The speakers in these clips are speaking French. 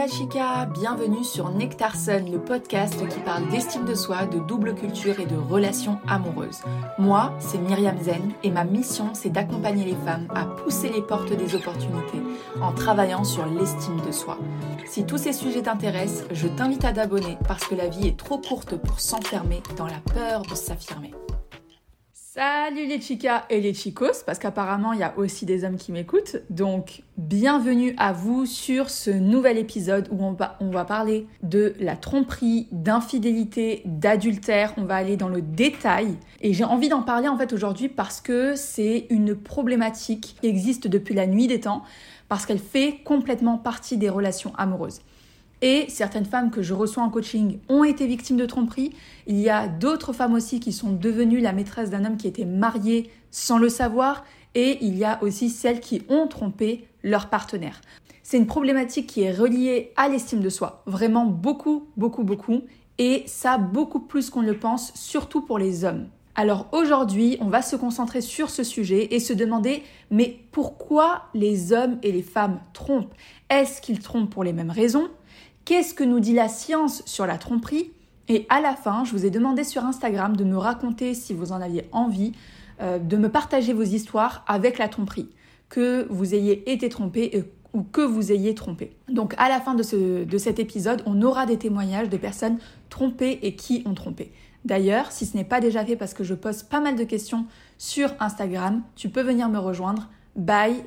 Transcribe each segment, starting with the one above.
la chica, bienvenue sur Nectarson, le podcast qui parle d'estime de soi, de double culture et de relations amoureuses. Moi, c'est Myriam Zen et ma mission, c'est d'accompagner les femmes à pousser les portes des opportunités en travaillant sur l'estime de soi. Si tous ces sujets t'intéressent, je t'invite à t'abonner parce que la vie est trop courte pour s'enfermer dans la peur de s'affirmer. Salut les chicas et les chicos, parce qu'apparemment il y a aussi des hommes qui m'écoutent. Donc bienvenue à vous sur ce nouvel épisode où on va parler de la tromperie, d'infidélité, d'adultère. On va aller dans le détail. Et j'ai envie d'en parler en fait aujourd'hui parce que c'est une problématique qui existe depuis la nuit des temps, parce qu'elle fait complètement partie des relations amoureuses. Et certaines femmes que je reçois en coaching ont été victimes de tromperie. Il y a d'autres femmes aussi qui sont devenues la maîtresse d'un homme qui était marié sans le savoir. Et il y a aussi celles qui ont trompé leur partenaire. C'est une problématique qui est reliée à l'estime de soi. Vraiment beaucoup. Et ça, beaucoup plus qu'on ne le pense, surtout pour les hommes. Alors aujourd'hui, on va se concentrer sur ce sujet et se demander, mais pourquoi les hommes et les femmes trompent ? Est-ce qu'ils trompent pour les mêmes raisons ? Qu'est-ce que nous dit la science sur la tromperie ? Et à la fin, je vous ai demandé sur Instagram de me raconter, si vous en aviez envie, de me partager vos histoires avec la tromperie, que vous ayez été trompé ou que vous ayez trompé. Donc à la fin de cet épisode, on aura des témoignages de personnes trompées et qui ont trompé. D'ailleurs, si ce n'est pas déjà fait parce que je pose pas mal de questions sur Instagram, tu peux venir me rejoindre by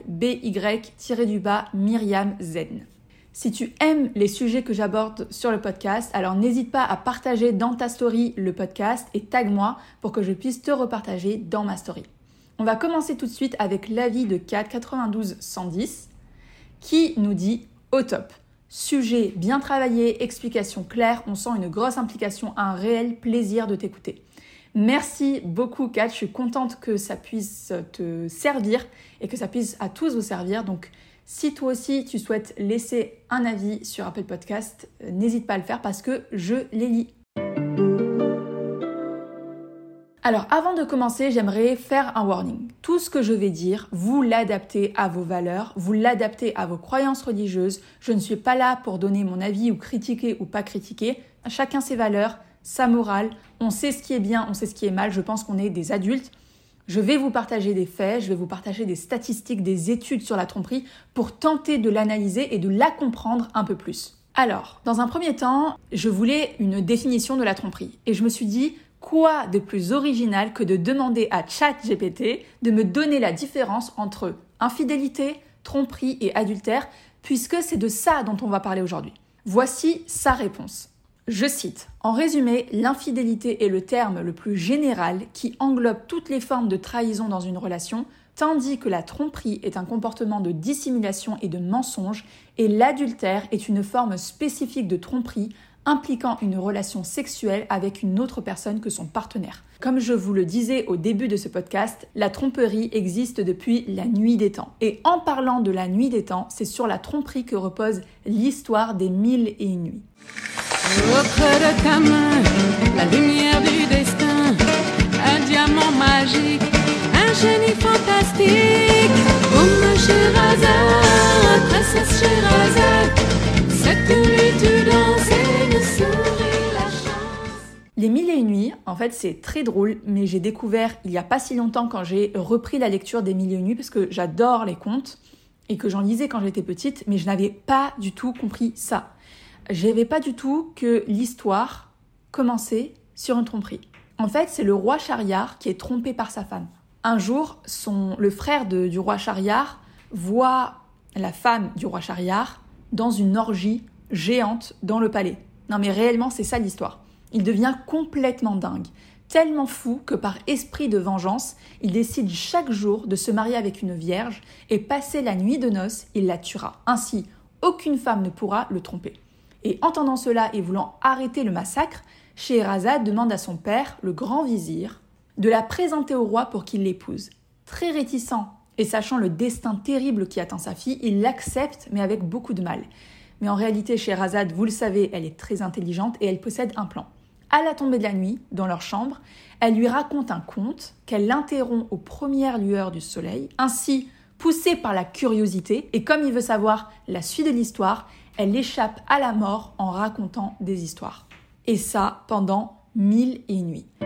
Myriam Zen. Si tu aimes les sujets que j'aborde sur le podcast, alors n'hésite pas à partager dans ta story le podcast et tag-moi pour que je puisse te repartager dans ma story. On va commencer tout de suite avec l'avis de Kat 9210 qui nous dit « Au top ». Sujet bien travaillé, explication claire, on sent une grosse implication, un réel plaisir de t'écouter. Merci beaucoup Kat, je suis contente que ça puisse te servir et que ça puisse à tous vous servir. Donc si toi aussi tu souhaites laisser un avis sur Apple Podcast, n'hésite pas à le faire parce que je les lis. Alors avant de commencer, j'aimerais faire un warning. Tout ce que je vais dire, vous l'adaptez à vos valeurs, vous l'adaptez à vos croyances religieuses. Je ne suis pas là pour donner mon avis ou critiquer ou pas critiquer. Chacun ses valeurs, sa morale. On sait ce qui est bien, on sait ce qui est mal. Je pense qu'on est des adultes. Je vais vous partager des faits, je vais vous partager des statistiques, des études sur la tromperie pour tenter de l'analyser et de la comprendre un peu plus. Alors, dans un premier temps, je voulais une définition de la tromperie. Et je me suis dit, quoi de plus original que de demander à ChatGPT de me donner la différence entre infidélité, tromperie et adultère, puisque c'est de ça dont on va parler aujourd'hui. Voici sa réponse. Je cite, « En résumé, l'infidélité est le terme le plus général qui englobe toutes les formes de trahison dans une relation, tandis que la tromperie est un comportement de dissimulation et de mensonge, et l'adultère est une forme spécifique de tromperie impliquant une relation sexuelle avec une autre personne que son partenaire. » Comme je vous le disais au début de ce podcast, la tromperie existe depuis la nuit des temps. Et en parlant de la nuit des temps, c'est sur la tromperie que repose l'histoire des 1001 nuits. Auprès de ta main, la lumière du destin, un diamant magique, un génie fantastique. Oh ma Scheherazade, princesse Scheherazade, cette nuit tu danses et nous sourit la chance. Les 1001 nuits, en fait, c'est très drôle, mais j'ai découvert il n'y a pas si longtemps quand j'ai repris la lecture des 1001 nuits, parce que j'adore les contes et que j'en lisais quand j'étais petite, mais je n'avais pas du tout compris ça. Je n'avais pas du tout que l'histoire commençait sur une tromperie. En fait, c'est le roi Shahryar qui est trompé par sa femme. Un jour, le frère du roi Shahryar voit la femme du roi Shahryar dans une orgie géante dans le palais. Non mais réellement, c'est ça l'histoire. Il devient complètement dingue, tellement fou que par esprit de vengeance, il décide chaque jour de se marier avec une vierge et passer la nuit de noces, il la tuera. Ainsi, aucune femme ne pourra le tromper. Et entendant cela et voulant arrêter le massacre, Scheherazade demande à son père, le grand vizir, de la présenter au roi pour qu'il l'épouse. Très réticent et sachant le destin terrible qui attend sa fille, il l'accepte mais avec beaucoup de mal. Mais en réalité, Scheherazade, vous le savez, elle est très intelligente et elle possède un plan. À la tombée de la nuit, dans leur chambre, elle lui raconte un conte qu'elle interrompt aux premières lueurs du soleil. Ainsi, poussée par la curiosité, et comme il veut savoir la suite de l'histoire, elle échappe à la mort en racontant des histoires. Et ça, pendant 1000 et une nuits.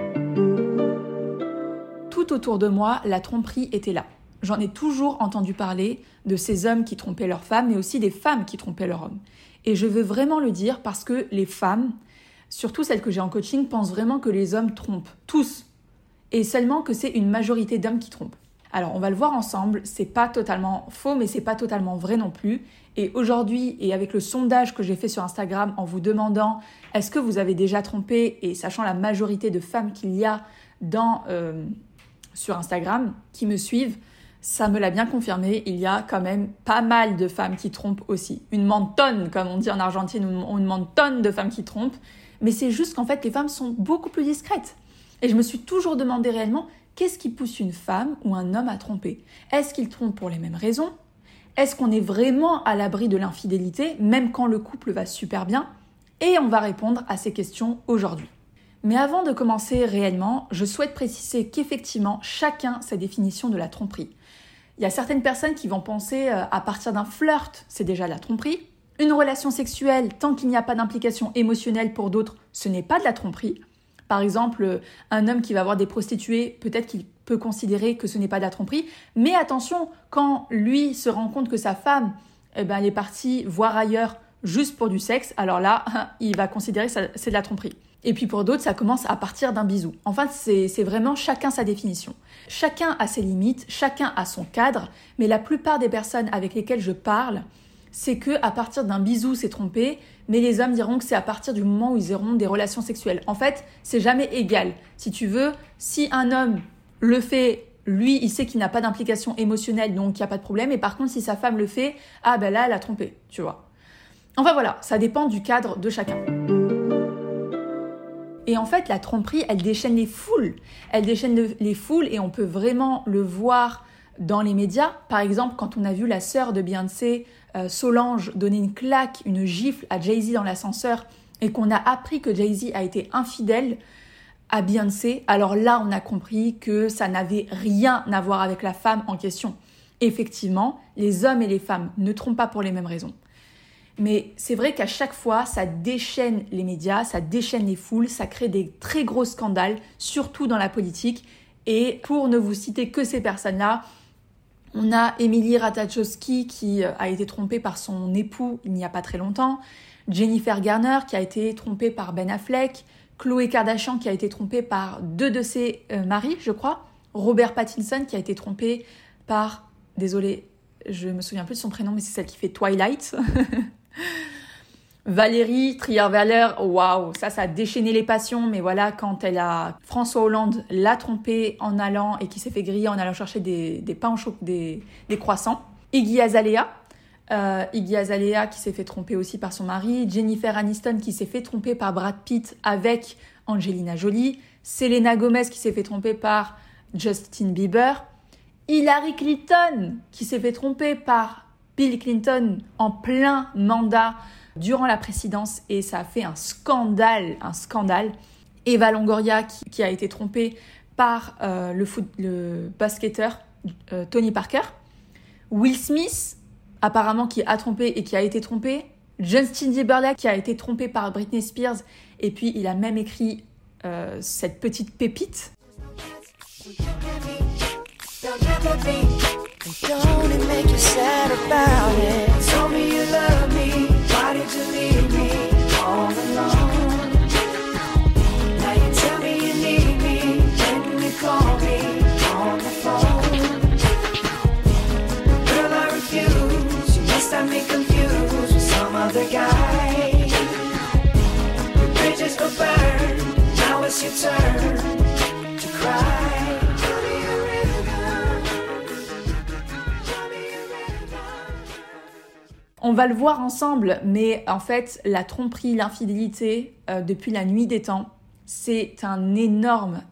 Tout autour de moi, la tromperie était là. J'en ai toujours entendu parler de ces hommes qui trompaient leurs femmes, mais aussi des femmes qui trompaient leurs hommes. Et je veux vraiment le dire parce que les femmes, surtout celles que j'ai en coaching, pensent vraiment que les hommes trompent. Tous. Et seulement que c'est une majorité d'hommes qui trompent. Alors, on va le voir ensemble. C'est pas totalement faux, mais c'est pas totalement vrai non plus. Et aujourd'hui, et avec le sondage que j'ai fait sur Instagram en vous demandant est-ce que vous avez déjà trompé, et sachant la majorité de femmes qu'il y a sur Instagram qui me suivent, ça me l'a bien confirmé, il y a quand même pas mal de femmes qui trompent aussi. Une mentonne, comme on dit en Argentine, une mentonne de femmes qui trompent. Mais c'est juste qu'en fait, les femmes sont beaucoup plus discrètes. Et je me suis toujours demandé réellement, qu'est-ce qui pousse une femme ou un homme à tromper ? Est-ce qu'ils trompent pour les mêmes raisons ? Est-ce qu'on est vraiment à l'abri de l'infidélité, même quand le couple va super bien ? Et on va répondre à ces questions aujourd'hui. Mais avant de commencer réellement, je souhaite préciser qu'effectivement, chacun a sa définition de la tromperie. Il y a certaines personnes qui vont penser à partir d'un flirt, c'est déjà de la tromperie. Une relation sexuelle, tant qu'il n'y a pas d'implication émotionnelle pour d'autres, ce n'est pas de la tromperie. Par exemple, un homme qui va voir des prostituées, peut-être qu'il peut considérer que ce n'est pas de la tromperie. Mais attention, quand lui se rend compte que sa femme elle est partie voir ailleurs juste pour du sexe, alors là, il va considérer que c'est de la tromperie. Et puis pour d'autres, ça commence à partir d'un bisou. Enfin, c'est vraiment chacun sa définition. Chacun a ses limites, chacun a son cadre, mais la plupart des personnes avec lesquelles je parle, c'est qu'à partir d'un bisou, c'est trompé, mais les hommes diront que c'est à partir du moment où ils auront des relations sexuelles. En fait, c'est jamais égal. Si tu veux, si un homme le fait, lui, il sait qu'il n'a pas d'implication émotionnelle, donc il n'y a pas de problème. Et par contre, si sa femme le fait, ah ben là, elle a trompé, tu vois. Enfin voilà, ça dépend du cadre de chacun. Et en fait, la tromperie, elle déchaîne les foules. Elle déchaîne les foules et on peut vraiment le voir dans les médias. Par exemple, quand on a vu la sœur de Beyoncé, Solange, donner une claque, une gifle à Jay-Z dans l'ascenseur et qu'on a appris que Jay-Z a été infidèle à Beyoncé, alors là, on a compris que ça n'avait rien à voir avec la femme en question. Effectivement, les hommes et les femmes ne trompent pas pour les mêmes raisons. Mais c'est vrai qu'à chaque fois, ça déchaîne les médias, ça déchaîne les foules, ça crée des très gros scandales, surtout dans la politique. Et pour ne vous citer que ces personnes-là, on a Emily Ratajkowski qui a été trompée par son époux il n'y a pas très longtemps, Jennifer Garner qui a été trompée par Ben Affleck, Khloé Kardashian qui a été trompée par 2 de ses maris, je crois, Robert Pattinson qui a été trompé par, désolée, je me souviens plus de son prénom, mais c'est celle qui fait Twilight. Valérie Trierweiler, waouh, ça a déchaîné les passions, mais voilà, quand François Hollande l'a trompée en allant et qui s'est fait griller en allant chercher des pains au chocolat, des croissants. Iggy Azalea qui s'est fait tromper aussi par son mari, Jennifer Aniston qui s'est fait tromper par Brad Pitt avec Angelina Jolie, Selena Gomez qui s'est fait tromper par Justin Bieber, Hillary Clinton qui s'est fait tromper par Bill Clinton en plein mandat durant la présidence et ça a fait un scandale. Eva Longoria qui a été trompée par le basketteur Tony Parker. Will Smith apparemment qui a trompé et qui a été trompé. Justin Timberlake qui a été trompé par Britney Spears et puis il a même écrit cette petite pépite. Don't it make you sad about it? Tell me you love me. Why did you leave me all alone? Now you tell me you need me. When you call me on the phone. Girl, I refuse. You must have me confused with some other guy. The bridges were burned. Now it's your turn to cry. On va le voir ensemble, mais en fait, la tromperie, l'infidélité, depuis la nuit des temps, c'est un énorme,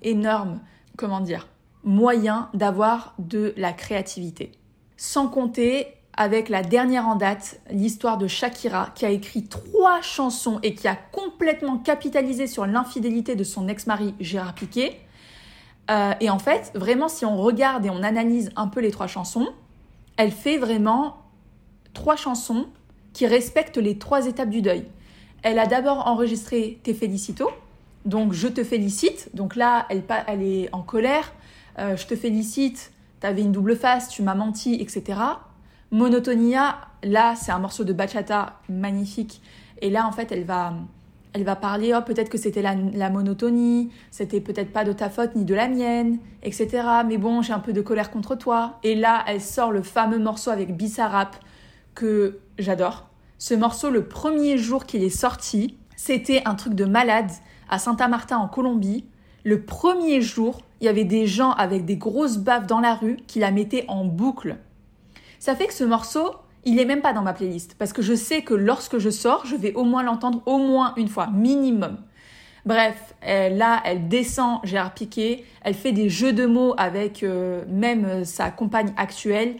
moyen d'avoir de la créativité. Sans compter, avec la dernière en date, l'histoire de Shakira, qui a écrit 3 chansons et qui a complètement capitalisé sur l'infidélité de son ex-mari Gérard Piqué. Et en fait, vraiment, si on regarde et on analyse un peu les 3 chansons, elle fait vraiment 3 chansons qui respecte les 3 étapes du deuil. Elle a d'abord enregistré Te felicito, donc je te félicite. Donc là, elle est en colère. Je te félicite, t'avais une double face, tu m'as menti, etc. Monotonia, là, c'est un morceau de bachata magnifique. Et là, en fait, elle va parler, peut-être que c'était la monotonie, c'était peut-être pas de ta faute ni de la mienne, etc. Mais bon, j'ai un peu de colère contre toi. Et là, elle sort le fameux morceau avec Bizarrap que j'adore. Ce morceau, le premier jour qu'il est sorti, c'était un truc de malade à Santa Marta en Colombie. Le premier jour, il y avait des gens avec des grosses baffes dans la rue qui la mettaient en boucle. Ça fait que ce morceau, il est même pas dans ma playlist parce que je sais que lorsque je sors, je vais au moins l'entendre au moins une fois, minimum. Bref, là, elle descend Gérard Piqué, elle fait des jeux de mots avec même sa compagne actuelle.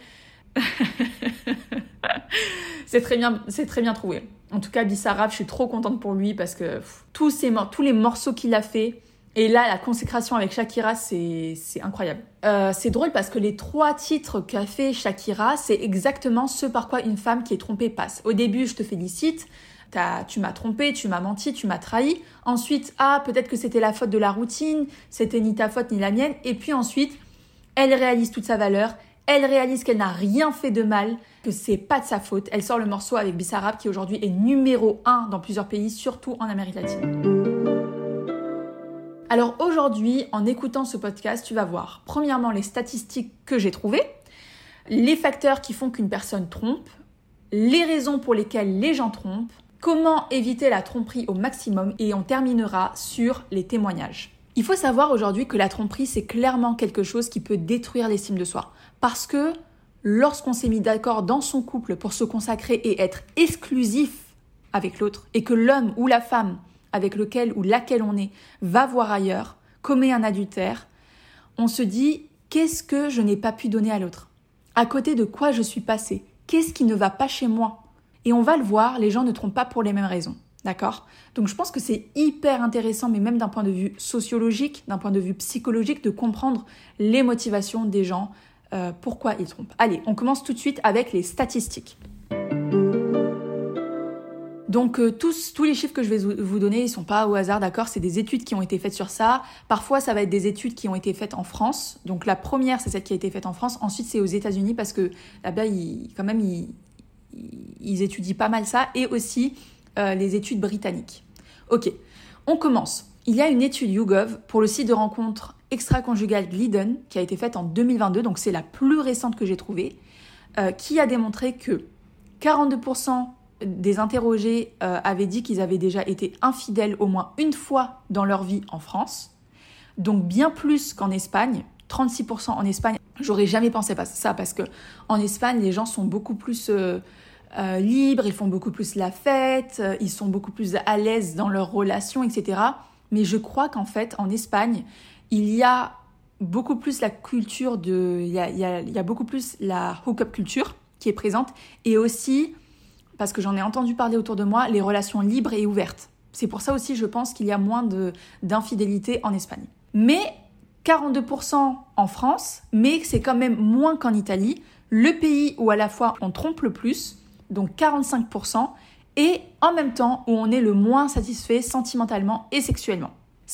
C'est très bien trouvé. En tout cas, Bizarrap, je suis trop contente pour lui parce que tous les morceaux qu'il a fait, et là, la consécration avec Shakira, c'est incroyable. C'est drôle parce que les 3 titres qu'a fait Shakira, c'est exactement ce par quoi une femme qui est trompée passe. Au début, je te félicite, tu m'as trompé, tu m'as menti, tu m'as trahi. Ensuite, peut-être que c'était la faute de la routine, c'était ni ta faute ni la mienne. Et puis ensuite, elle réalise toute sa valeur, elle réalise qu'elle n'a rien fait de mal, que c'est pas de sa faute. Elle sort le morceau avec Bizarrap qui aujourd'hui est numéro 1 dans plusieurs pays, surtout en Amérique latine. Alors aujourd'hui, en écoutant ce podcast, tu vas voir premièrement les statistiques que j'ai trouvées, les facteurs qui font qu'une personne trompe, les raisons pour lesquelles les gens trompent, comment éviter la tromperie au maximum et on terminera sur les témoignages. Il faut savoir aujourd'hui que la tromperie, c'est clairement quelque chose qui peut détruire l'estime de soi. Parce que lorsqu'on s'est mis d'accord dans son couple pour se consacrer et être exclusif avec l'autre, et que l'homme ou la femme avec lequel ou laquelle on est va voir ailleurs, commet un adultère, on se dit « qu'est-ce que je n'ai pas pu donner à l'autre ? À côté de quoi je suis passée ? Qu'est-ce qui ne va pas chez moi ?» Et on va le voir, les gens ne trompent pas pour les mêmes raisons. D'accord ? Donc je pense que c'est hyper intéressant, mais même d'un point de vue sociologique, d'un point de vue psychologique, de comprendre les motivations des gens, pourquoi ils trompent. Allez, on commence tout de suite avec les statistiques. Donc tous les chiffres que je vais vous donner, ils ne sont pas au hasard, d'accord ? C'est des études qui ont été faites sur ça. Parfois, ça va être des études qui ont été faites en France. Donc la première, c'est celle qui a été faite en France. Ensuite, c'est aux États-Unis parce que là-bas, ils étudient pas mal ça. Et aussi les études britanniques. Ok, on commence. Il y a une étude YouGov pour le site de rencontre extra-conjugale Glidden qui a été faite en 2022, donc c'est la plus récente que j'ai trouvée, qui a démontré que 42% des interrogés avaient dit qu'ils avaient déjà été infidèles au moins une fois dans leur vie en France, donc bien plus qu'en Espagne, 36% en Espagne. J'aurais jamais pensé ça parce que en Espagne, les gens sont beaucoup plus libres, ils font beaucoup plus la fête, ils sont beaucoup plus à l'aise dans leurs relations, etc. Mais je crois qu'en fait, en Espagne, il y a beaucoup plus la culture il y a beaucoup plus la hook-up culture qui est présente, et aussi, parce que j'en ai entendu parler autour de moi, les relations libres et ouvertes. C'est pour ça aussi, je pense qu'il y a moins d'infidélité en Espagne. Mais 42% en France, mais c'est quand même moins qu'en Italie, le pays où à la fois on trompe le plus, donc 45%, et en même temps où on est le moins satisfait sentimentalement et sexuellement.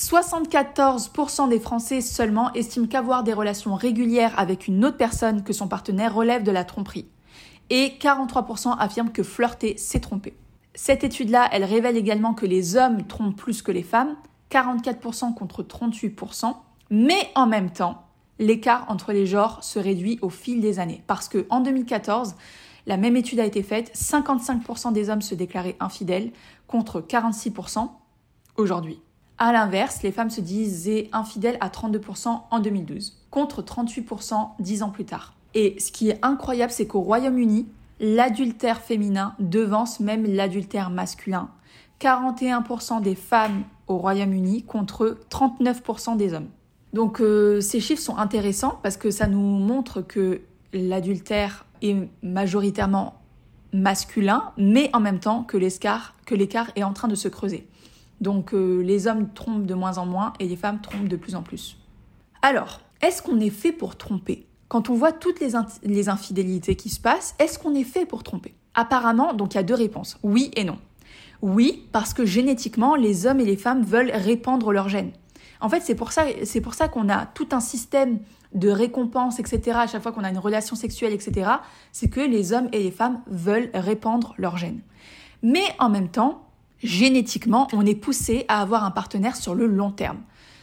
74% des Français seulement estiment qu'avoir des relations régulières avec une autre personne que son partenaire relève de la tromperie. Et 43% affirment que flirter, c'est tromper. Cette étude-là, elle révèle également que les hommes trompent plus que les femmes, 44% contre 38%, mais en même temps, l'écart entre les genres se réduit au fil des années. Parce qu'en 2014, la même étude a été faite, 55% des hommes se déclaraient infidèles contre 46% aujourd'hui. À l'inverse, les femmes se disaient infidèles à 32% en 2012, contre 38% 10 ans plus tard. Et ce qui est incroyable, c'est qu'au Royaume-Uni, l'adultère féminin devance même l'adultère masculin. 41% des femmes au Royaume-Uni contre 39% des hommes. Donc ces chiffres sont intéressants parce que ça nous montre que l'adultère est majoritairement masculin, mais en même temps que l'écart est en train de se creuser. Donc les hommes trompent de moins en moins et les femmes trompent de plus en plus. Alors, est-ce qu'on est fait pour tromper ? quand on voit toutes les infidélités qui se passent, est-ce qu'on est fait pour tromper ? Apparemment, donc il y a 2 réponses, oui et non. Oui, parce que génétiquement, les hommes et les femmes veulent répandre leurs gènes. En fait, c'est pour ça qu'on a tout un système de récompense, etc. À chaque fois qu'on a une relation sexuelle, etc. C'est que les hommes et les femmes veulent répandre leurs gènes. Mais en même temps, génétiquement, on est poussé à avoir un partenaire sur le long terme.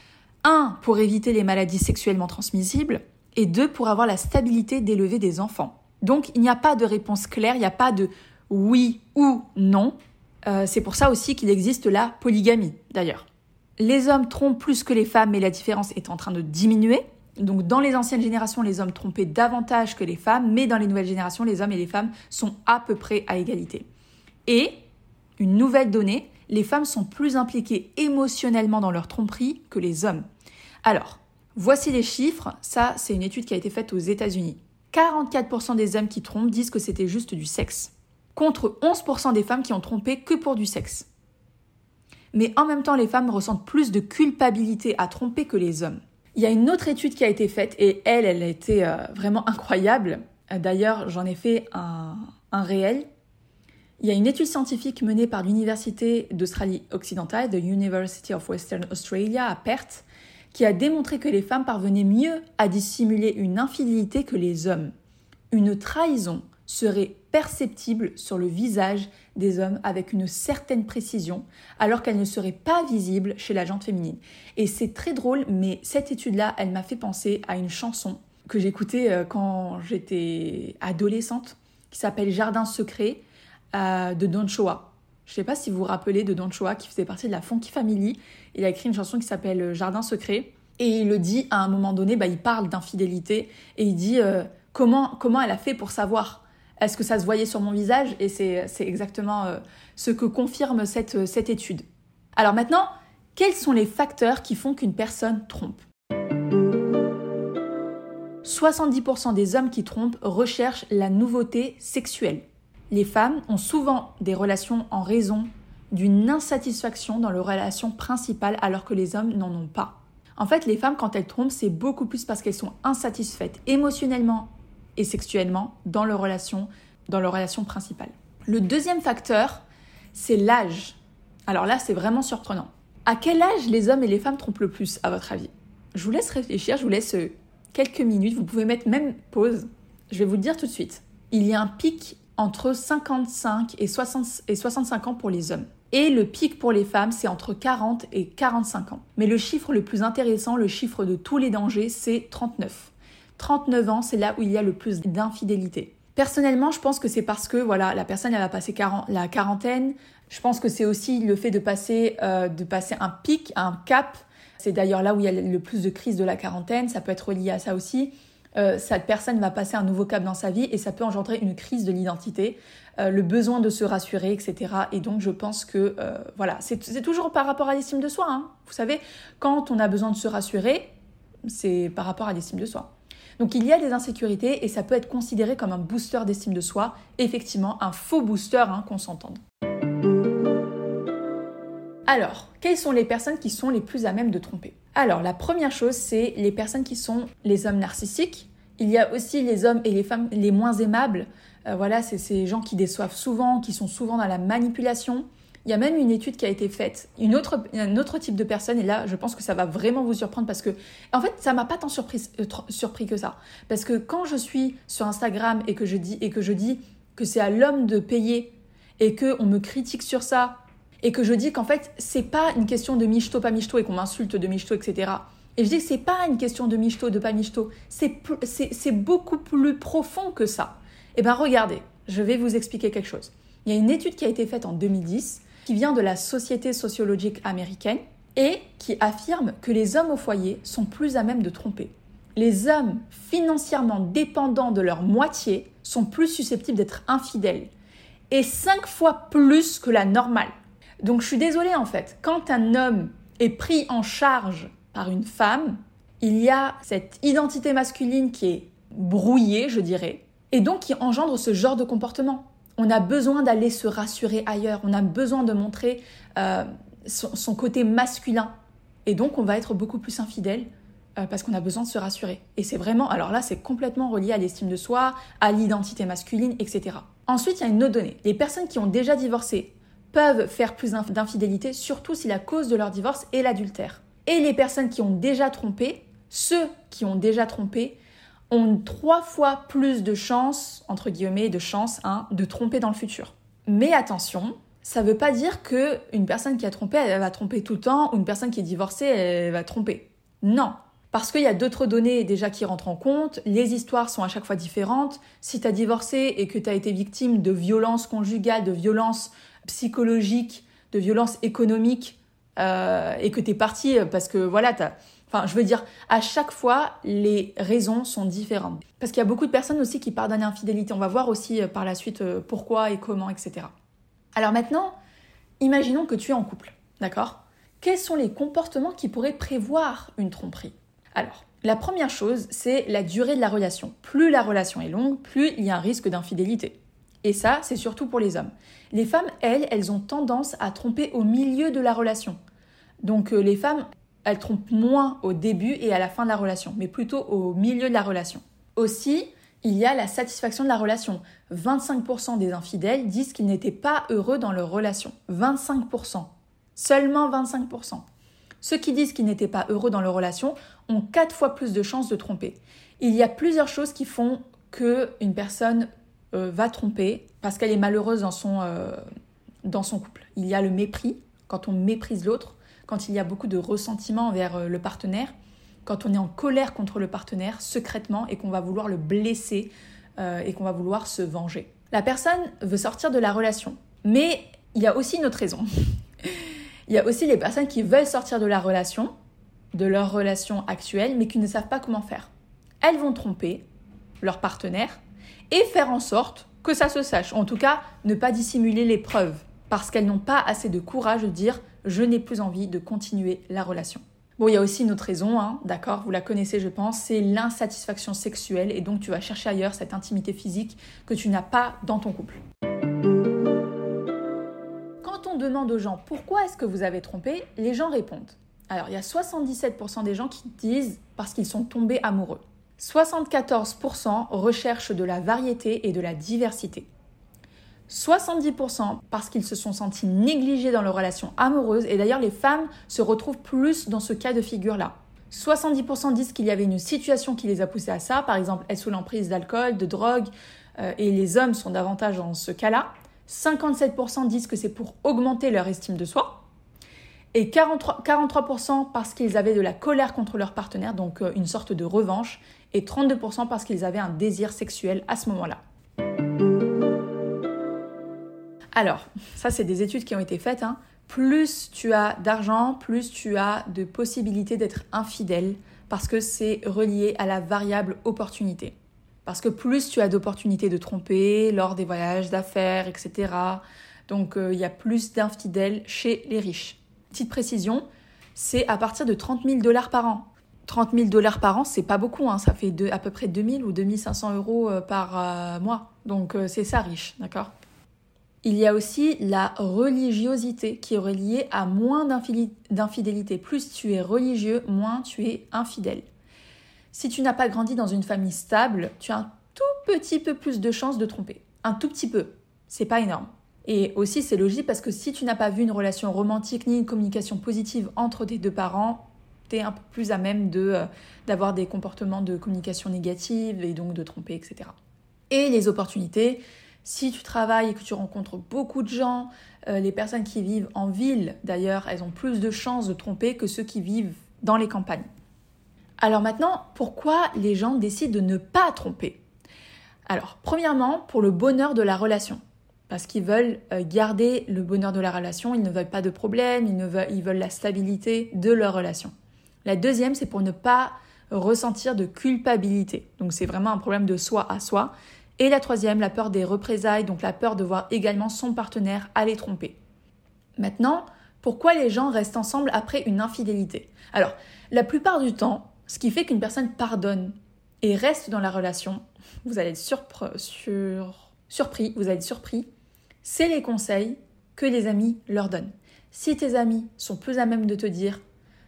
1, pour éviter les maladies sexuellement transmissibles, et 2, pour avoir la stabilité d'élever des enfants. Donc, il n'y a pas de réponse claire, il n'y a pas de oui ou non. C'est pour ça aussi qu'il existe la polygamie, d'ailleurs. Les hommes trompent plus que les femmes, mais la différence est en train de diminuer. Donc, dans les anciennes générations, les hommes trompaient davantage que les femmes, mais dans les nouvelles générations, les hommes et les femmes sont à peu près à égalité. Et, une nouvelle donnée, les femmes sont plus impliquées émotionnellement dans leur tromperie que les hommes. Alors, voici les chiffres. Ça, c'est une étude qui a été faite aux États-Unis. 44% des hommes qui trompent disent que c'était juste du sexe, contre 11% des femmes qui ont trompé que pour du sexe. Mais en même temps, les femmes ressentent plus de culpabilité à tromper que les hommes. Il y a une autre étude qui a été faite et elle a été vraiment incroyable. D'ailleurs, j'en ai fait un réel. Il y a une étude scientifique menée par l'Université d'Australie occidentale, the University of Western Australia à Perth, qui a démontré que les femmes parvenaient mieux à dissimuler une infidélité que les hommes. Une trahison serait perceptible sur le visage des hommes avec une certaine précision, alors qu'elle ne serait pas visible chez la gente féminine. Et c'est très drôle, mais cette étude-là, elle m'a fait penser à une chanson que j'écoutais quand j'étais adolescente, qui s'appelle « Jardin secret » de Don Choa. Je ne sais pas si vous vous rappelez de Don Choa, qui faisait partie de la Funky Family. Il a écrit une chanson qui s'appelle « Jardin secret ». Et il le dit à un moment donné, il parle d'infidélité et il dit comment elle a fait pour savoir. Est-ce que ça se voyait sur mon visage ? Et c'est exactement ce que confirme cette étude. Alors maintenant, quels sont les facteurs qui font qu'une personne trompe ? 70% des hommes qui trompent recherchent la nouveauté sexuelle. Les femmes ont souvent des relations en raison d'une insatisfaction dans leur relation principale alors que les hommes n'en ont pas. En fait, les femmes, quand elles trompent, c'est beaucoup plus parce qu'elles sont insatisfaites émotionnellement et sexuellement dans leur relation principale. Le deuxième facteur, c'est l'âge. Alors là, c'est vraiment surprenant. À quel âge les hommes et les femmes trompent le plus, à votre avis ? Je vous laisse réfléchir, je vous laisse quelques minutes, vous pouvez mettre même pause. Je vais vous le dire tout de suite. Il y a un pic entre 55 et 65 ans pour les hommes. Et le pic pour les femmes, c'est entre 40 et 45 ans. Mais le chiffre le plus intéressant, le chiffre de tous les dangers, c'est 39. 39 ans, c'est là où il y a le plus d'infidélité. Personnellement, je pense que c'est parce que la personne elle va passer la quarantaine. Je pense que c'est aussi le fait de passer un pic, un cap. C'est d'ailleurs là où il y a le plus de crises de la quarantaine. Ça peut être lié à ça aussi. Cette personne va passer un nouveau cap dans sa vie et ça peut engendrer une crise de l'identité, le besoin de se rassurer, etc. Et donc, je pense que, c'est toujours par rapport à l'estime de soi. Hein. Vous savez, quand on a besoin de se rassurer, c'est par rapport à l'estime de soi. Donc, il y a des insécurités et ça peut être considéré comme un booster d'estime de soi. Effectivement, un faux booster, qu'on s'entende. Alors, quelles sont les personnes qui sont les plus à même de tromper ? Alors, la première chose, c'est les personnes qui sont les hommes narcissiques. Il y a aussi les hommes et les femmes les moins aimables. C'est ces gens qui déçoivent souvent, qui sont souvent dans la manipulation. Il y a même une étude qui a été faite, un autre type de personne, et là, je pense que ça va vraiment vous surprendre parce que, en fait, ça m'a pas tant surpris que ça. Parce que quand je suis sur Instagram et que je dis que c'est à l'homme de payer et qu'on me critique sur ça, et que je dis qu'en fait, c'est pas une question de michto, pas michto, et qu'on m'insulte de michto, etc. Et je dis que c'est pas une question de michto, de pas michto. C'est beaucoup plus profond que ça. Eh bien, regardez, je vais vous expliquer quelque chose. Il y a une étude qui a été faite en 2010, qui vient de la Société sociologique américaine, et qui affirme que les hommes au foyer sont plus à même de tromper. Les hommes financièrement dépendants de leur moitié sont plus susceptibles d'être infidèles. Et 5 fois plus que la normale. Donc, je suis désolée, en fait. Quand un homme est pris en charge par une femme, il y a cette identité masculine qui est brouillée, je dirais, et donc qui engendre ce genre de comportement. On a besoin d'aller se rassurer ailleurs. On a besoin de montrer son côté masculin. Et donc, on va être beaucoup plus infidèle parce qu'on a besoin de se rassurer. Et c'est vraiment, alors là, c'est complètement relié à l'estime de soi, à l'identité masculine, etc. Ensuite, il y a une autre donnée. Les personnes qui ont déjà divorcé peuvent faire plus d'infidélité, surtout si la cause de leur divorce est l'adultère. Et les personnes qui ont déjà trompé, ceux qui ont déjà trompé, ont 3 fois plus de chances, entre guillemets, de tromper dans le futur. Mais attention, ça ne veut pas dire qu'une personne qui a trompé, elle va tromper tout le temps, ou une personne qui est divorcée, elle va tromper. Non. Parce qu'il y a d'autres données déjà qui rentrent en compte, les histoires sont à chaque fois différentes. Si tu as divorcé et que tu as été victime de violences conjugales, de violences psychologiques, de violences économiques, et que tu es parti parce que voilà, à chaque fois, les raisons sont différentes. Parce qu'il y a beaucoup de personnes aussi qui pardonnent l'infidélité. On va voir aussi par la suite pourquoi et comment, etc. Alors maintenant, imaginons que tu es en couple, d'accord ? Quels sont les comportements qui pourraient prévoir une tromperie ? Alors, la première chose, c'est la durée de la relation. Plus la relation est longue, plus il y a un risque d'infidélité. Et ça, c'est surtout pour les hommes. Les femmes, elles ont tendance à tromper au milieu de la relation. Donc les femmes, elles trompent moins au début et à la fin de la relation, mais plutôt au milieu de la relation. Aussi, il y a la satisfaction de la relation. 25% des infidèles disent qu'ils n'étaient pas heureux dans leur relation. 25%. Seulement 25%. Ceux qui disent qu'ils n'étaient pas heureux dans leur relation ont 4 fois plus de chances de tromper. Il y a plusieurs choses qui font qu'une personne va tromper parce qu'elle est malheureuse dans son couple. Il y a le mépris, quand on méprise l'autre, quand il y a beaucoup de ressentiment envers le partenaire, quand on est en colère contre le partenaire secrètement et qu'on va vouloir le blesser et qu'on va vouloir se venger. La personne veut sortir de la relation, mais il y a aussi une autre raison. Il y a aussi les personnes qui veulent sortir de leur relation actuelle, mais qui ne savent pas comment faire. Elles vont tromper leur partenaire et faire en sorte que ça se sache. En tout cas, ne pas dissimuler les preuves, parce qu'elles n'ont pas assez de courage de dire « je n'ai plus envie de continuer la relation ». Bon, il y a aussi une autre raison, d'accord, vous la connaissez je pense, c'est l'insatisfaction sexuelle et donc tu vas chercher ailleurs cette intimité physique que tu n'as pas dans ton couple. Quand on demande aux gens pourquoi est-ce que vous avez trompé, les gens répondent. Alors il y a 77% des gens qui disent parce qu'ils sont tombés amoureux. 74% recherchent de la variété et de la diversité. 70% parce qu'ils se sont sentis négligés dans leur relation amoureuse et d'ailleurs les femmes se retrouvent plus dans ce cas de figure-là. 70% disent qu'il y avait une situation qui les a poussés à ça, par exemple être sous l'emprise d'alcool, de drogue, et les hommes sont davantage dans ce cas-là. 57% disent que c'est pour augmenter leur estime de soi. Et 43% parce qu'ils avaient de la colère contre leur partenaire, donc une sorte de revanche. Et 32% parce qu'ils avaient un désir sexuel à ce moment-là. Alors, ça c'est des études qui ont été faites. Plus tu as d'argent, plus tu as de possibilités d'être infidèle parce que c'est relié à la variable opportunité. Parce que plus tu as d'opportunités de tromper lors des voyages d'affaires, etc. Donc il y a plus d'infidèles chez les riches. Petite précision, c'est à partir de $30,000 par an. $30,000 par an, c'est pas beaucoup, ça fait à peu près 2 000 ou 2 500 euros par mois. Donc c'est ça riche, d'accord ? Il y a aussi la religiosité qui est reliée à moins d'infidélité. Plus tu es religieux, moins tu es infidèle. Si tu n'as pas grandi dans une famille stable, tu as un tout petit peu plus de chances de tromper. Un tout petit peu, c'est pas énorme. Et aussi c'est logique parce que si tu n'as pas vu une relation romantique ni une communication positive entre tes deux parents, tu es un peu plus à même d'avoir des comportements de communication négative et donc de tromper, etc. Et les opportunités, si tu travailles et que tu rencontres beaucoup de gens, les personnes qui vivent en ville d'ailleurs, elles ont plus de chances de tromper que ceux qui vivent dans les campagnes. Alors maintenant, pourquoi les gens décident de ne pas tromper ? Alors, premièrement, pour le bonheur de la relation. Parce qu'ils veulent garder le bonheur de la relation, ils ne veulent pas de problème, ils veulent la stabilité de leur relation. La deuxième, c'est pour ne pas ressentir de culpabilité. Donc c'est vraiment un problème de soi à soi. Et la troisième, la peur des représailles, donc la peur de voir également son partenaire aller tromper. Maintenant, pourquoi les gens restent ensemble après une infidélité ? Alors, la plupart du temps, ce qui fait qu'une personne pardonne et reste dans la relation, vous allez être surpris, c'est les conseils que les amis leur donnent. Si tes amis sont plus à même de te dire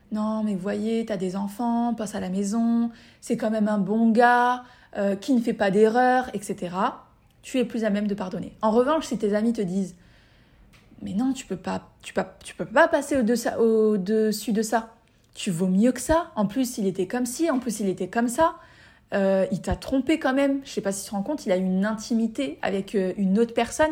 Non, mais vous voyez, t'as des enfants, passe à la maison, c'est quand même un bon gars, qui ne fait pas d'erreur, etc. Tu es plus à même de pardonner. En revanche, si tes amis te disent mais non, tu peux pas passer au-dessus de ça. Tu vaux mieux que ça. En plus, il était comme ci, en plus, il était comme ça. Il t'a trompé quand même. Je sais pas si tu te rends compte, il a eu une intimité avec une autre personne.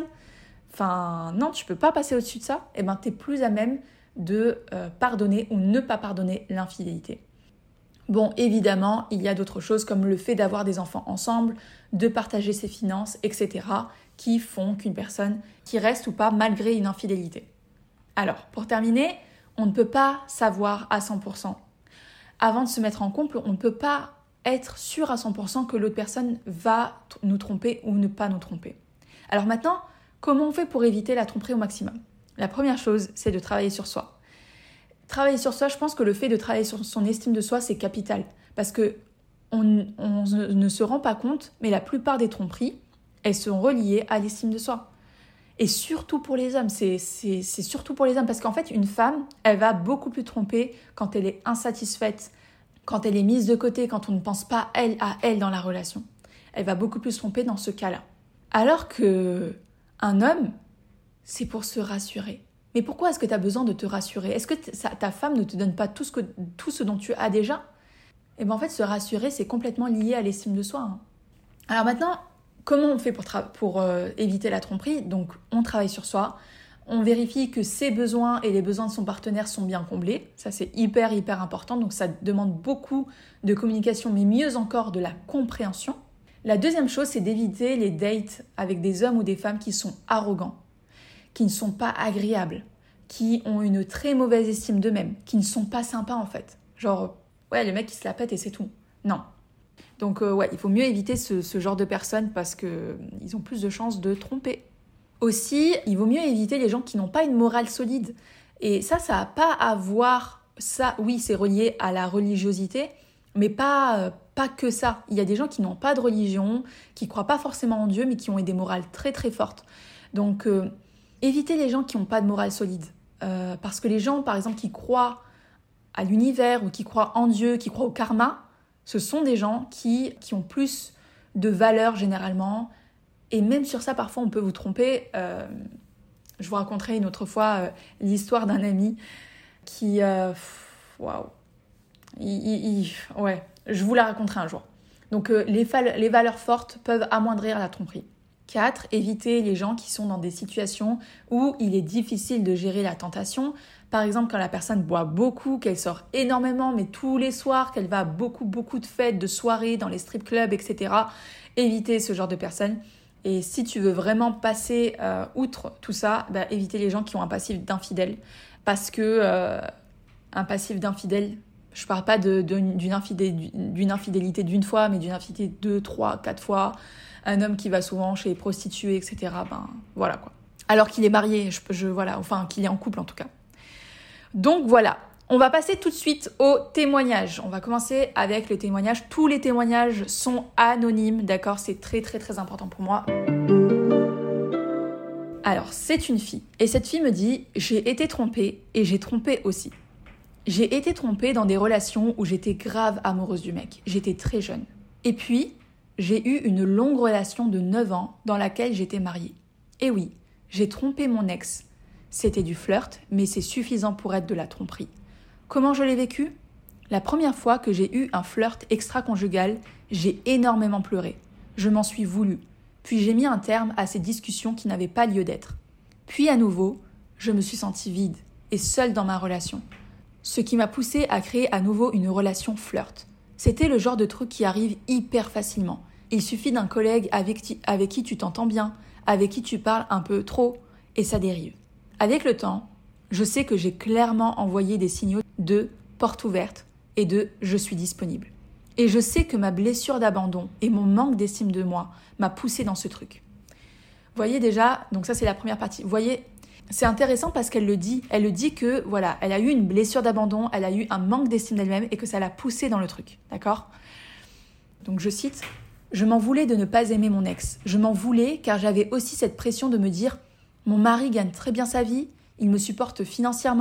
Enfin, non, tu peux pas passer au-dessus de ça. Eh ben, t'es plus à même de pardonner ou ne pas pardonner l'infidélité. Bon, évidemment, il y a d'autres choses comme le fait d'avoir des enfants ensemble, de partager ses finances, etc., qui font qu'une personne qui reste ou pas malgré une infidélité. Alors, pour terminer, on ne peut pas savoir à 100%. Avant de se mettre en couple, on ne peut pas être sûr à 100% que l'autre personne va nous tromper ou ne pas nous tromper. Alors maintenant, comment on fait pour éviter la tromperie au maximum ? La première chose, c'est de travailler sur soi. Travailler sur soi, je pense que le fait de travailler sur son estime de soi, c'est capital. Parce que on ne se rend pas compte, mais la plupart des tromperies, elles sont reliées à l'estime de soi. Et surtout pour les hommes, c'est surtout pour les hommes. Parce qu'en fait, une femme, elle va beaucoup plus tromper quand elle est insatisfaite, quand elle est mise de côté, quand on ne pense pas à elle dans la relation. Elle va beaucoup plus tromper dans ce cas-là. Alors qu'un homme, c'est pour se rassurer. Mais pourquoi est-ce que tu as besoin de te rassurer ? Est-ce que ta femme ne te donne pas tout ce dont tu as déjà ? Et bien en fait, se rassurer, c'est complètement lié à l'estime de soi. Hein. Alors maintenant, comment on fait pour éviter la tromperie ? Donc, on travaille sur soi, on vérifie que ses besoins et les besoins de son partenaire sont bien comblés. Ça, c'est hyper important. Donc, ça demande beaucoup de communication, mais mieux encore de la compréhension. La deuxième chose, c'est d'éviter les dates avec des hommes ou des femmes qui sont arrogants, qui ne sont pas agréables, qui ont une très mauvaise estime d'eux-mêmes, qui ne sont pas sympas en fait. Genre, ouais, le mec il se la pète et c'est tout. Non. Donc ouais, il faut mieux éviter ce genre de personnes parce qu'ils ont plus de chances de tromper. Aussi, il vaut mieux éviter les gens qui n'ont pas une morale solide. Et ça n'a pas à voir... Ça, oui, c'est relié à la religiosité, mais pas que ça. Il y a des gens qui n'ont pas de religion, qui ne croient pas forcément en Dieu, mais qui ont des morales très très fortes. Donc... évitez les gens qui n'ont pas de morale solide. Parce que les gens, par exemple, qui croient à l'univers ou qui croient en Dieu, qui croient au karma, ce sont des gens qui ont plus de valeur généralement. Et même sur ça, parfois, on peut vous tromper. Je vous raconterai une autre fois l'histoire d'un ami qui... Waouh. Ouais, je vous la raconterai un jour. Donc, les valeurs fortes peuvent amoindrir la tromperie. 4. Éviter les gens qui sont dans des situations où il est difficile de gérer la tentation. Par exemple, quand la personne boit beaucoup, qu'elle sort énormément, mais tous les soirs, qu'elle va à beaucoup de fêtes, de soirées, dans les strip clubs, etc. Éviter ce genre de personnes. Et si tu veux vraiment passer outre tout ça, éviter les gens qui ont un passif d'infidèle. Parce que un passif d'infidèle, je parle pas d'une infidélité d'une fois, mais d'une infidélité 2, 3, 4 fois. Un homme qui va souvent chez les prostituées, etc. Voilà quoi. Alors qu'il est marié, enfin qu'il est en couple en tout cas. Donc voilà, on va passer tout de suite aux témoignages. On va commencer avec les témoignages. Tous les témoignages sont anonymes, d'accord ? C'est très très très important pour moi. Alors, c'est une fille. Et cette fille me dit « J'ai été trompée et j'ai trompé aussi. J'ai été trompée dans des relations où j'étais grave amoureuse du mec. J'étais très jeune. Et puis... j'ai eu une longue relation de 9 ans dans laquelle j'étais mariée. Et oui, j'ai trompé mon ex. C'était du flirt, mais c'est suffisant pour être de la tromperie. Comment je l'ai vécu ? La première fois que j'ai eu un flirt extra-conjugal, j'ai énormément pleuré. Je m'en suis voulu. Puis j'ai mis un terme à ces discussions qui n'avaient pas lieu d'être. Puis à nouveau, je me suis sentie vide et seule dans ma relation. Ce qui m'a poussée à créer à nouveau une relation flirt. C'était le genre de truc qui arrive hyper facilement. Il suffit d'un collègue avec qui tu t'entends bien, avec qui tu parles un peu trop, et ça dérive. Avec le temps, je sais que j'ai clairement envoyé des signaux de porte ouverte et de je suis disponible. Et je sais que ma blessure d'abandon et mon manque d'estime de moi m'a poussée dans ce truc. Vous voyez déjà, donc ça c'est la première partie. Vous voyez, c'est intéressant parce qu'elle le dit. Elle le dit que voilà, elle a eu une blessure d'abandon, elle a eu un manque d'estime d'elle-même et que ça l'a poussée dans le truc. D'accord ? Donc je cite, « Je m'en voulais de ne pas aimer mon ex. Je m'en voulais car j'avais aussi cette pression de me dire « Mon mari gagne très bien sa vie, il me supporte financièrement,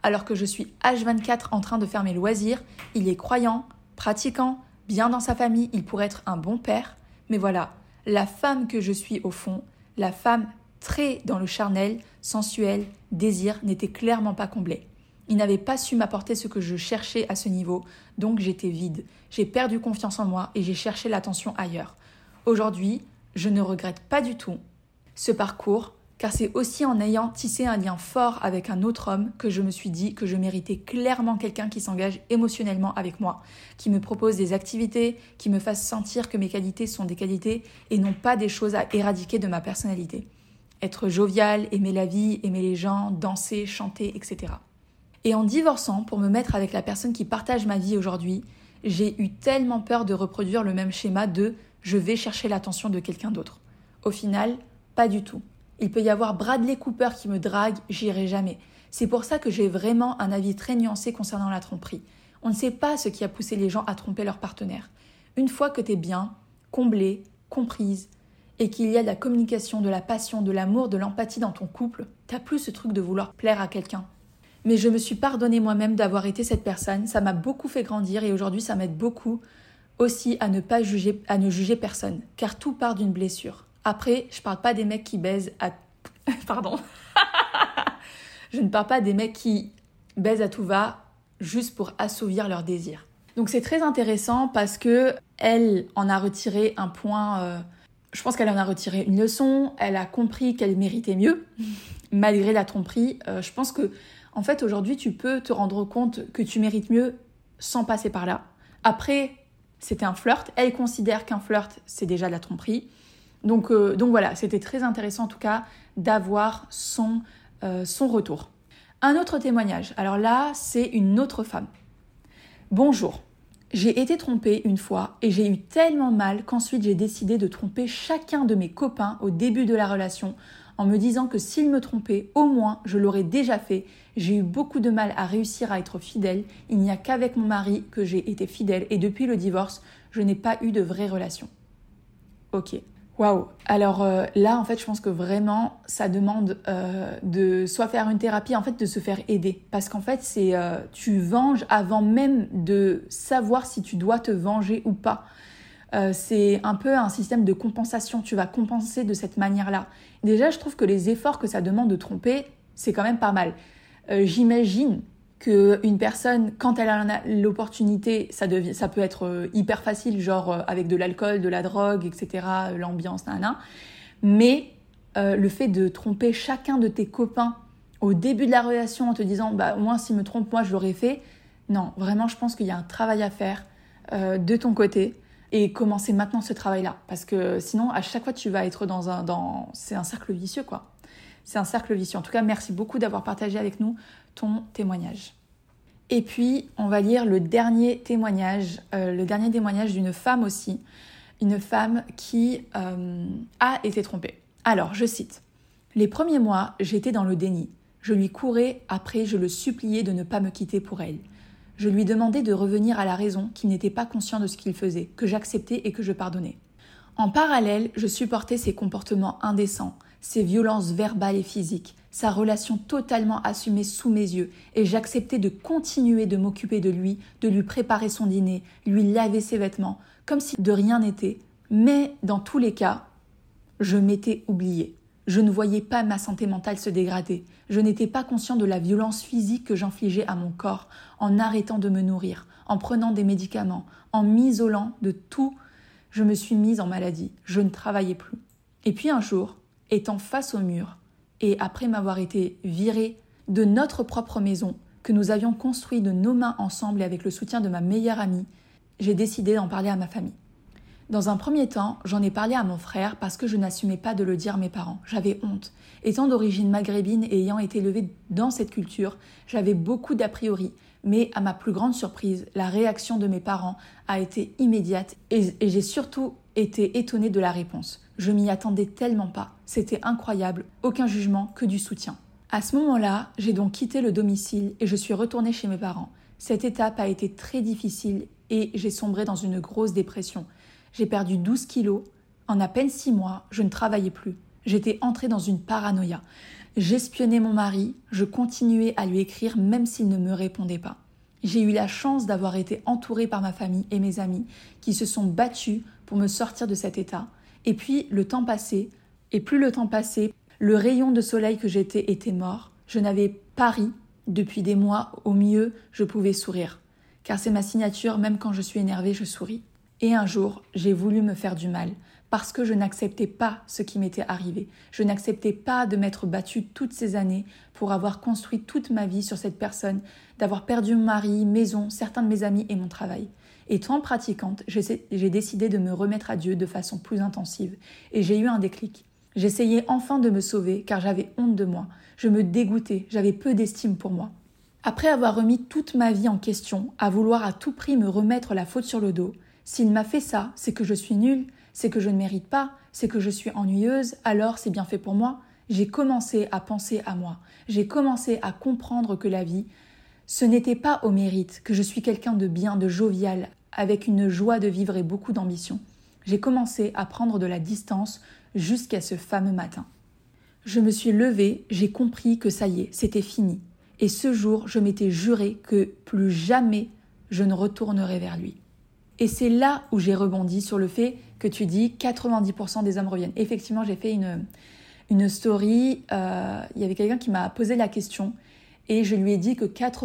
alors que je suis H24 en train de faire mes loisirs. Il est croyant, pratiquant, bien dans sa famille, il pourrait être un bon père. Mais voilà, la femme que je suis au fond, la femme très dans le charnel, sensuel, désir, n'était clairement pas comblée. Il n'avait pas su m'apporter ce que je cherchais à ce niveau, donc j'étais vide. J'ai perdu confiance en moi et j'ai cherché l'attention ailleurs. Aujourd'hui, je ne regrette pas du tout ce parcours, car c'est aussi en ayant tissé un lien fort avec un autre homme que je me suis dit que je méritais clairement quelqu'un qui s'engage émotionnellement avec moi, qui me propose des activités, qui me fasse sentir que mes qualités sont des qualités et non pas des choses à éradiquer de ma personnalité. Être jovial, aimer la vie, aimer les gens, danser, chanter, etc. Et en divorçant pour me mettre avec la personne qui partage ma vie aujourd'hui, j'ai eu tellement peur de reproduire le même schéma de « je vais chercher l'attention de quelqu'un d'autre ». Au final, pas du tout. Il peut y avoir Bradley Cooper qui me drague, j'irai jamais. C'est pour ça que j'ai vraiment un avis très nuancé concernant la tromperie. On ne sait pas ce qui a poussé les gens à tromper leur partenaire. Une fois que t'es bien, comblée, comprise, et qu'il y a de la communication, de la passion, de l'amour, de l'empathie dans ton couple, t'as plus ce truc de vouloir plaire à quelqu'un. Mais je me suis pardonné moi-même d'avoir été cette personne, ça m'a beaucoup fait grandir et aujourd'hui ça m'aide beaucoup aussi à ne juger personne, car tout part d'une blessure. Après, je parle pas des mecs qui baisent à... Pardon. Je ne parle pas des mecs qui baisent à tout va juste pour assouvir leurs désirs. Donc c'est très intéressant parce que elle en a retiré un point... Je pense qu'elle en a retiré une leçon, elle a compris qu'elle méritait mieux, malgré la tromperie. Je pense que, en fait, aujourd'hui, tu peux te rendre compte que tu mérites mieux sans passer par là. Après, c'était un flirt. Elle considère qu'un flirt, c'est déjà de la tromperie. Donc voilà, c'était très intéressant en tout cas d'avoir son retour. Un autre témoignage. Alors là, c'est une autre femme. Bonjour. J'ai été trompée une fois et j'ai eu tellement mal qu'ensuite j'ai décidé de tromper chacun de mes copains au début de la relation en me disant que s'ils me trompaient, au moins je l'aurais déjà fait. J'ai eu beaucoup de mal à réussir à être fidèle. Il n'y a qu'avec mon mari que j'ai été fidèle et depuis le divorce, je n'ai pas eu de vraie relation. Ok. Waouh. Alors là, en fait, je pense que vraiment, ça demande de soit faire une thérapie, en fait, de se faire aider. Parce qu'en fait, c'est tu venges avant même de savoir si tu dois te venger ou pas. C'est un peu un système de compensation. Tu vas compenser de cette manière-là. Déjà, je trouve que les efforts que ça demande de tromper, c'est quand même pas mal. J'imagine qu'une personne, quand elle a l'opportunité, ça peut être hyper facile, genre avec de l'alcool, de la drogue, etc., l'ambiance, nanana. Mais le fait de tromper chacun de tes copains au début de la relation en te disant « au moins s'il me trompe, moi je l'aurais fait », non, vraiment, je pense qu'il y a un travail à faire de ton côté et commencer maintenant ce travail-là. Parce que sinon, à chaque fois, tu vas être c'est un cercle vicieux, quoi. C'est un cercle vicieux. En tout cas, merci beaucoup d'avoir partagé avec nous ton témoignage. Et puis, on va lire le dernier témoignage d'une femme aussi, une femme qui a été trompée. Alors, je cite. « Les premiers mois, j'étais dans le déni. Je lui courais, après je le suppliais de ne pas me quitter pour elle. Je lui demandais de revenir à la raison, qu'il n'était pas conscient de ce qu'il faisait, que j'acceptais et que je pardonnais. En parallèle, je supportais ses comportements indécents, ses violences verbales et physiques, sa relation totalement assumée sous mes yeux, et j'acceptais de continuer de m'occuper de lui préparer son dîner, lui laver ses vêtements, comme si de rien n'était. Mais dans tous les cas, je m'étais oubliée. Je ne voyais pas ma santé mentale se dégrader. Je n'étais pas conscient de la violence physique que j'infligeais à mon corps en arrêtant de me nourrir, en prenant des médicaments, en m'isolant de tout. Je me suis mise en maladie. Je ne travaillais plus. Et puis un jour, étant face au mur, et après m'avoir été virée de notre propre maison, que nous avions construite de nos mains ensemble et avec le soutien de ma meilleure amie, j'ai décidé d'en parler à ma famille. Dans un premier temps, j'en ai parlé à mon frère parce que je n'assumais pas de le dire à mes parents. J'avais honte. Étant d'origine maghrébine et ayant été élevée dans cette culture, j'avais beaucoup d'a priori. Mais à ma plus grande surprise, la réaction de mes parents a été immédiate et j'ai surtout été étonnée de la réponse. Je m'y attendais tellement pas. C'était incroyable, aucun jugement, que du soutien. À ce moment-là, j'ai donc quitté le domicile et je suis retournée chez mes parents. Cette étape a été très difficile et j'ai sombré dans une grosse dépression. J'ai perdu 12 kilos. En à peine 6 mois, je ne travaillais plus. J'étais entrée dans une paranoïa. J'espionnais mon mari, je continuais à lui écrire même s'il ne me répondait pas. J'ai eu la chance d'avoir été entourée par ma famille et mes amis qui se sont battus pour me sortir de cet état. Et puis le temps passait, et plus le temps passait, le rayon de soleil que j'étais était mort. Je n'avais pas ri depuis des mois, au mieux je pouvais sourire. Car c'est ma signature, même quand je suis énervée, je souris. Et un jour, j'ai voulu me faire du mal, parce que je n'acceptais pas ce qui m'était arrivé. Je n'acceptais pas de m'être battue toutes ces années pour avoir construit toute ma vie sur cette personne, d'avoir perdu mon mari, maison, certains de mes amis et mon travail. Étant pratiquante, j'ai décidé de me remettre à Dieu de façon plus intensive. Et j'ai eu un déclic. J'essayais enfin de me sauver car j'avais honte de moi. Je me dégoûtais, j'avais peu d'estime pour moi. Après avoir remis toute ma vie en question, à vouloir à tout prix me remettre la faute sur le dos, s'il m'a fait ça, c'est que je suis nulle, c'est que je ne mérite pas, c'est que je suis ennuyeuse, alors c'est bien fait pour moi. J'ai commencé à penser à moi. J'ai commencé à comprendre que la vie, ce n'était pas au mérite, que je suis quelqu'un de bien, de jovial, avec une joie de vivre et beaucoup d'ambition. J'ai commencé à prendre de la distance jusqu'à ce fameux matin. Je me suis levée, j'ai compris que ça y est, c'était fini. Et ce jour, je m'étais juré que plus jamais je ne retournerai vers lui. Et c'est là où j'ai rebondi sur le fait que tu dis 90% des hommes reviennent. Effectivement, j'ai fait une story, il y avait quelqu'un qui m'a posé la question et je lui ai dit que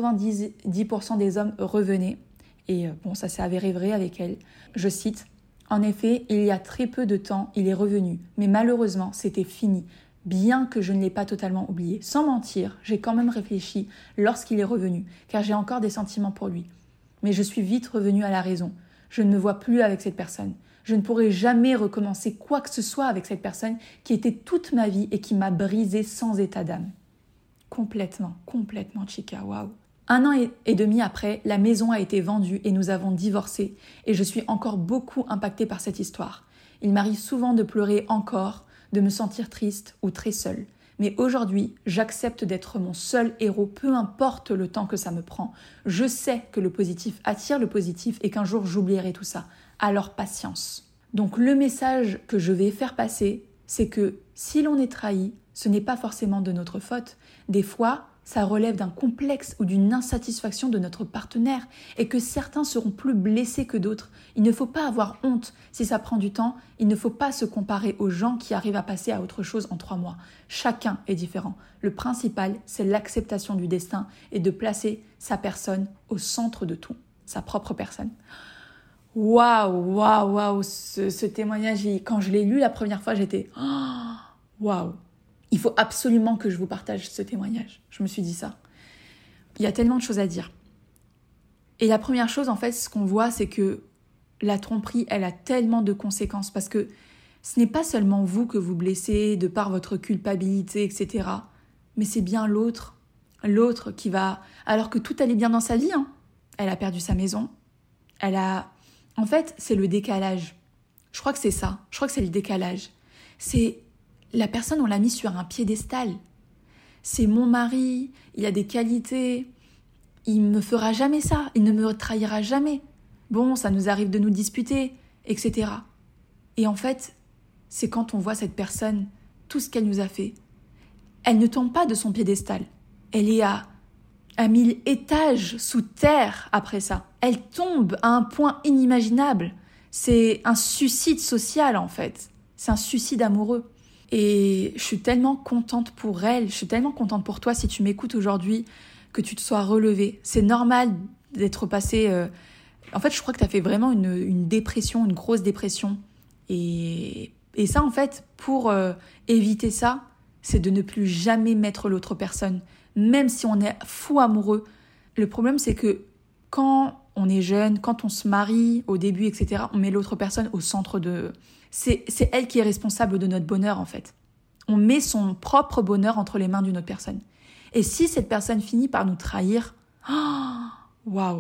90% des hommes revenaient. Et bon, ça s'est avéré vrai avec elle. Je cite, « En effet, il y a très peu de temps, il est revenu, mais malheureusement, c'était fini. Bien que je ne l'ai pas totalement oublié. Sans mentir, j'ai quand même réfléchi lorsqu'il est revenu, car j'ai encore des sentiments pour lui. Mais je suis vite revenue à la raison. Je ne me vois plus avec cette personne. Je ne pourrai jamais recommencer quoi que ce soit avec cette personne qui était toute ma vie et qui m'a brisée sans état d'âme. » Complètement, chica, waouh. 1 an et demi après, la maison a été vendue et nous avons divorcé. Et je suis encore beaucoup impactée par cette histoire. Il m'arrive souvent de pleurer encore, de me sentir triste ou très seule. Mais aujourd'hui, j'accepte d'être mon seul héros, peu importe le temps que ça me prend. Je sais que le positif attire le positif et qu'un jour j'oublierai tout ça. Alors patience. Donc le message que je vais faire passer, c'est que si l'on est trahi, ce n'est pas forcément de notre faute. Des fois, ça relève d'un complexe ou d'une insatisfaction de notre partenaire et que certains seront plus blessés que d'autres. Il ne faut pas avoir honte. Si ça prend du temps, il ne faut pas se comparer aux gens qui arrivent à passer à autre chose en 3 mois. Chacun est différent. Le principal, c'est l'acceptation du destin et de placer sa personne au centre de tout, sa propre personne. Waouh, ce témoignage, quand je l'ai lu la première fois, j'étais waouh. Il faut absolument que je vous partage ce témoignage. Je me suis dit ça. Il y a tellement de choses à dire. Et la première chose, en fait, ce qu'on voit, c'est que la tromperie, elle a tellement de conséquences parce que ce n'est pas seulement vous que vous blessez de par votre culpabilité, etc. Mais c'est bien l'autre qui va... Alors que tout allait bien dans sa vie, hein. Elle a perdu sa maison. En fait, c'est le décalage. Je crois que c'est ça. Je crois que c'est le décalage. C'est... La personne, on l'a mis sur un piédestal. C'est mon mari, il a des qualités, il ne me fera jamais ça, il ne me trahira jamais. Bon, ça nous arrive de nous disputer, etc. Et en fait, c'est quand on voit cette personne, tout ce qu'elle nous a fait, elle ne tombe pas de son piédestal. Elle est à 1000 étages sous terre après ça. Elle tombe à un point inimaginable. C'est un suicide social, en fait. C'est un suicide amoureux. Et je suis tellement contente pour elle, je suis tellement contente pour toi si tu m'écoutes aujourd'hui, que tu te sois relevée. C'est normal d'être passé... En fait, je crois que tu as fait vraiment une dépression, une grosse dépression. Et ça, en fait, pour éviter ça, c'est de ne plus jamais mettre l'autre personne. Même si on est fou amoureux. Le problème, c'est que quand on est jeune, quand on se marie au début, etc., on met l'autre personne au centre de... C'est elle qui est responsable de notre bonheur, en fait. On met son propre bonheur entre les mains d'une autre personne. Et si cette personne finit par nous trahir, waouh.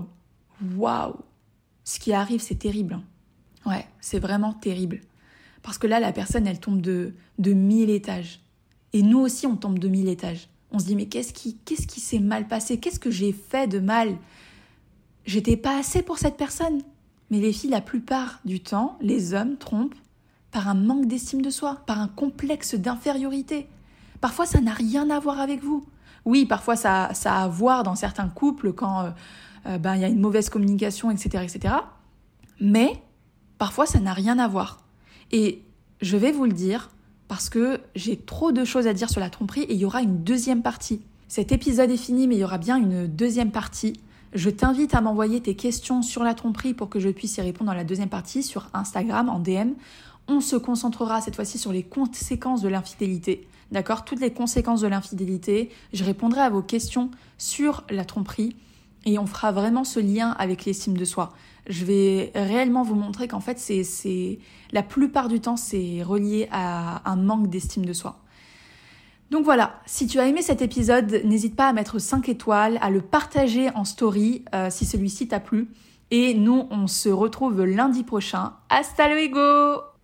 Ce qui arrive, c'est terrible. Ouais, c'est vraiment terrible. Parce que là, la personne, elle tombe de 1000 étages. Et nous aussi, on tombe de 1000 étages. On se dit, mais qu'est-ce qui s'est mal passé ? Qu'est-ce que j'ai fait de mal ? J'étais pas assez pour cette personne. Mais les filles, la plupart du temps, les hommes trompent par un manque d'estime de soi, par un complexe d'infériorité. Parfois, ça n'a rien à voir avec vous. Oui, parfois, ça a à voir dans certains couples quand y a une mauvaise communication, etc., etc. Mais parfois, ça n'a rien à voir. Et je vais vous le dire parce que j'ai trop de choses à dire sur la tromperie et il y aura une deuxième partie. Cet épisode est fini, mais il y aura bien une deuxième partie. Je t'invite à m'envoyer tes questions sur la tromperie pour que je puisse y répondre dans la deuxième partie sur Instagram en DM. On se concentrera cette fois-ci sur les conséquences de l'infidélité. D'accord ? Toutes les conséquences de l'infidélité. Je répondrai à vos questions sur la tromperie et on fera vraiment ce lien avec l'estime de soi. Je vais réellement vous montrer qu'en fait, c'est la plupart du temps, c'est relié à un manque d'estime de soi. Donc voilà, si tu as aimé cet épisode, n'hésite pas à mettre 5 étoiles, à le partager en story si celui-ci t'a plu. Et nous, on se retrouve lundi prochain. Hasta luego!